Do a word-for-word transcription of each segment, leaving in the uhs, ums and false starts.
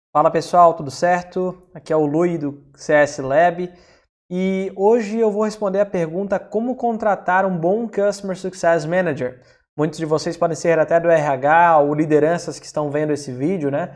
Fala pessoal, tudo certo? Aqui é o Lui do C S Lab e hoje eu vou responder a pergunta como contratar um bom Customer Success Manager. Muitos de vocês podem ser até do R H ou lideranças que estão vendo esse vídeo, né?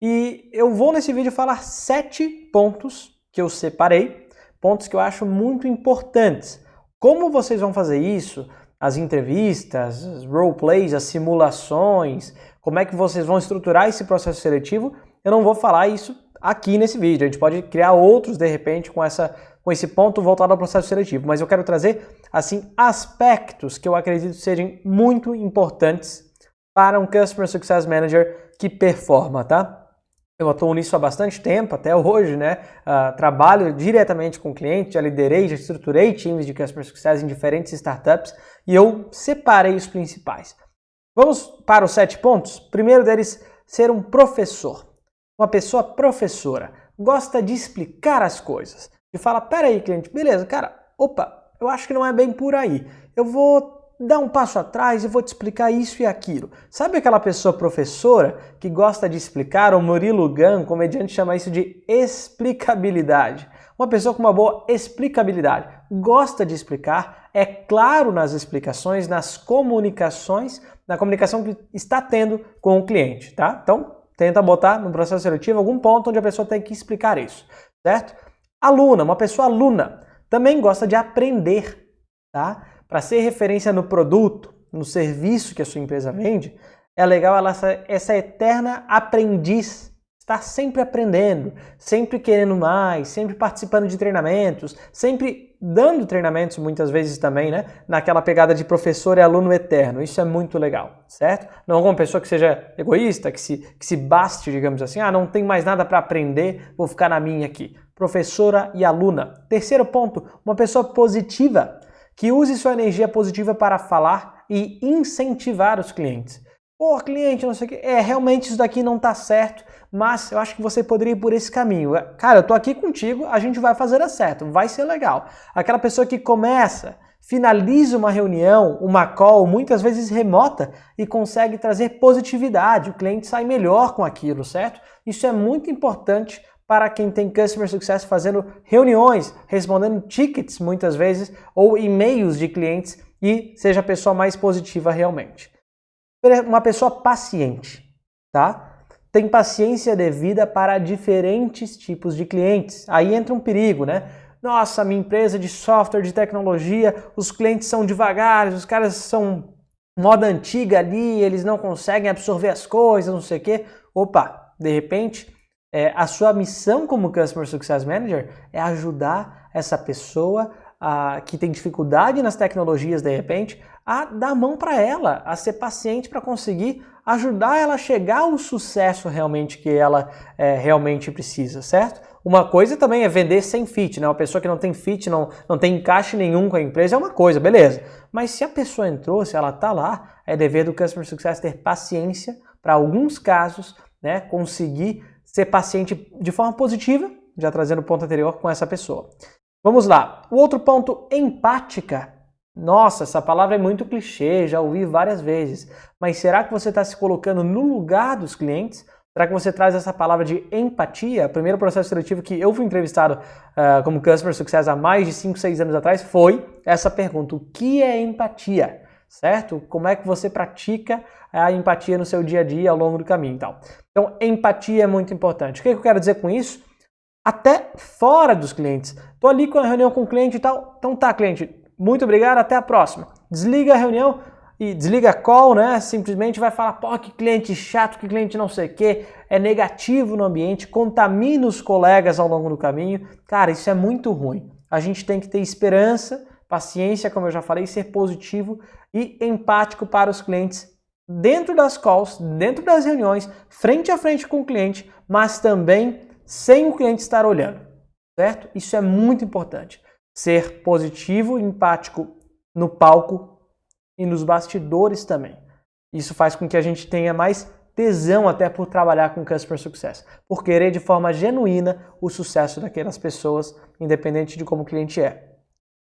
E eu vou nesse vídeo falar sete pontos que eu separei, pontos que eu acho muito importantes. Como vocês vão fazer isso? As entrevistas, as roleplays, as simulações, como é que vocês vão estruturar esse processo seletivo? Eu não vou falar isso aqui nesse vídeo, a gente pode criar outros de repente com, essa, com esse ponto voltado ao processo seletivo, mas eu quero trazer assim aspectos que eu acredito sejam muito importantes para um Customer Success Manager que performa, tá? Eu atuo nisso há bastante tempo, até hoje, né? Uh, trabalho diretamente com cliente, já liderei, já estruturei times de Customer Success em diferentes startups e eu separei os principais. Vamos para os sete pontos? Primeiro deles, ser um professor. Uma pessoa professora, gosta de explicar as coisas. E fala, peraí cliente, beleza, cara, opa, eu acho que não é bem por aí. Eu vou dar um passo atrás e vou te explicar isso e aquilo. Sabe aquela pessoa professora que gosta de explicar? O Murilo Gun, comediante, chama isso de explicabilidade. Uma pessoa com uma boa explicabilidade. Gosta de explicar, é claro nas explicações, nas comunicações, na comunicação que está tendo com o cliente, tá? Então, tenta botar no processo seletivo algum ponto onde a pessoa tem que explicar isso, certo? Aluna, uma pessoa aluna, também gosta de aprender, tá? Para ser referência no produto, no serviço que a sua empresa vende, é legal ela essa, essa eterna aprendiz, estar sempre aprendendo, sempre querendo mais, sempre participando de treinamentos, sempre dando treinamentos muitas vezes também, né? Naquela pegada de professor e aluno eterno. Isso é muito legal, certo? Não uma pessoa que seja egoísta, que se, que se baste, digamos assim, ah, não tem mais nada para aprender, vou ficar na minha aqui. Professora e aluna. Terceiro ponto, uma pessoa positiva, que use sua energia positiva para falar e incentivar os clientes. Pô, cliente, não sei o que, é, realmente isso daqui não está certo, mas eu acho que você poderia ir por esse caminho. Cara, eu tô aqui contigo, a gente vai fazer dar certo, vai ser legal. Aquela pessoa que começa, finaliza uma reunião, uma call, muitas vezes remota, e consegue trazer positividade, o cliente sai melhor com aquilo, certo? Isso é muito importante para quem tem Customer Success fazendo reuniões, respondendo tickets muitas vezes, ou e-mails de clientes, e seja a pessoa mais positiva realmente. Uma pessoa paciente, tá? Tem paciência devida para diferentes tipos de clientes. Aí entra um perigo, né? Nossa, minha empresa de software, de tecnologia, os clientes são devagares, os caras são moda antiga ali, eles não conseguem absorver as coisas, não sei o quê. Opa, de repente, é, a sua missão como Customer Success Manager é ajudar essa pessoa a, que tem dificuldade nas tecnologias, de repente, a dar a mão para ela, a ser paciente para conseguir ajudar ela a chegar ao sucesso realmente que ela é, realmente precisa, certo? Uma coisa também é vender sem fit, né? Uma pessoa que não tem fit, não, não tem encaixe nenhum com a empresa é uma coisa, beleza. Mas se a pessoa entrou, se ela está lá, é dever do Customer Success ter paciência para alguns casos, né, conseguir ser paciente de forma positiva, já trazendo o ponto anterior com essa pessoa. Vamos lá. O outro ponto, empática. Nossa, essa palavra é muito clichê, já ouvi várias vezes. Mas será que você está se colocando no lugar dos clientes? Será que você traz essa palavra de empatia? O primeiro processo seletivo que eu fui entrevistado uh, como Customer Success há mais de cinco, seis anos atrás foi essa pergunta. O que é empatia? Certo? Como é que você pratica a empatia no seu dia a dia ao longo do caminho e tal? Então, empatia é muito importante. O que eu quero dizer com isso? Até fora dos clientes. Estou ali com a reunião com o cliente e tal. Então tá, cliente, muito obrigado, até a próxima. Desliga a reunião e desliga a call, né? Simplesmente vai falar, pô, que cliente chato, que cliente não sei o quê, é negativo no ambiente, contamina os colegas ao longo do caminho. Cara, isso é muito ruim. A gente tem que ter esperança, paciência, como eu já falei, ser positivo e empático para os clientes dentro das calls, dentro das reuniões, frente a frente com o cliente, mas também sem o cliente estar olhando, certo? Isso é muito importante. Ser positivo e empático no palco e nos bastidores também. Isso faz com que a gente tenha mais tesão até por trabalhar com Customer Success, por querer de forma genuína o sucesso daquelas pessoas, independente de como o cliente é.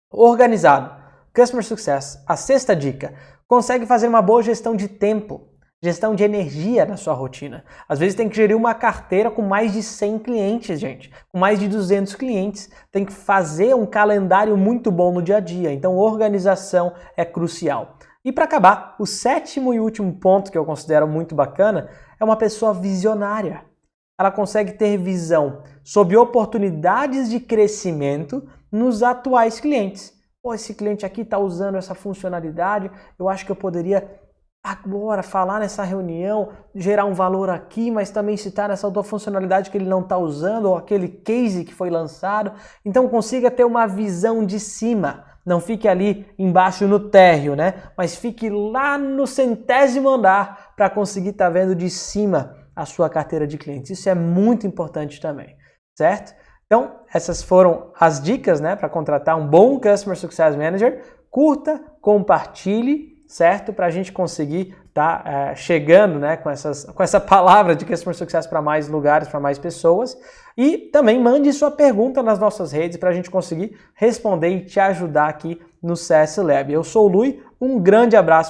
Organizado. Customer Success. A sexta dica. Consegue fazer uma boa gestão de tempo. gestão de energia na sua rotina. Às vezes tem que gerir uma carteira com mais de cem clientes, gente, com mais de duzentos clientes. Tem que fazer um calendário muito bom no dia a dia. Então, organização é crucial. E para acabar, o sétimo e último ponto que eu considero muito bacana é uma pessoa visionária. Ela consegue ter visão sobre oportunidades de crescimento nos atuais clientes. Pô, esse cliente aqui está usando essa funcionalidade, eu acho que eu poderia agora falar nessa reunião, gerar um valor aqui, mas também citar essa outra funcionalidade que ele não está usando, ou aquele case que foi lançado. Então consiga ter uma visão de cima. Não fique ali embaixo no térreo, né? Mas fique lá no centésimo andar para conseguir estar vendo de cima a sua carteira de clientes. Isso é muito importante também, certo? Então, essas foram as dicas, né, para contratar um bom Customer Success Manager. Curta, compartilhe, certo? Para a gente conseguir estar tá, é, chegando, né, com, essas, com essa palavra de Customer Success para mais lugares, para mais pessoas. E também mande sua pergunta nas nossas redes para a gente conseguir responder e te ajudar aqui no C S Lab. Eu sou o Lui, um grande abraço.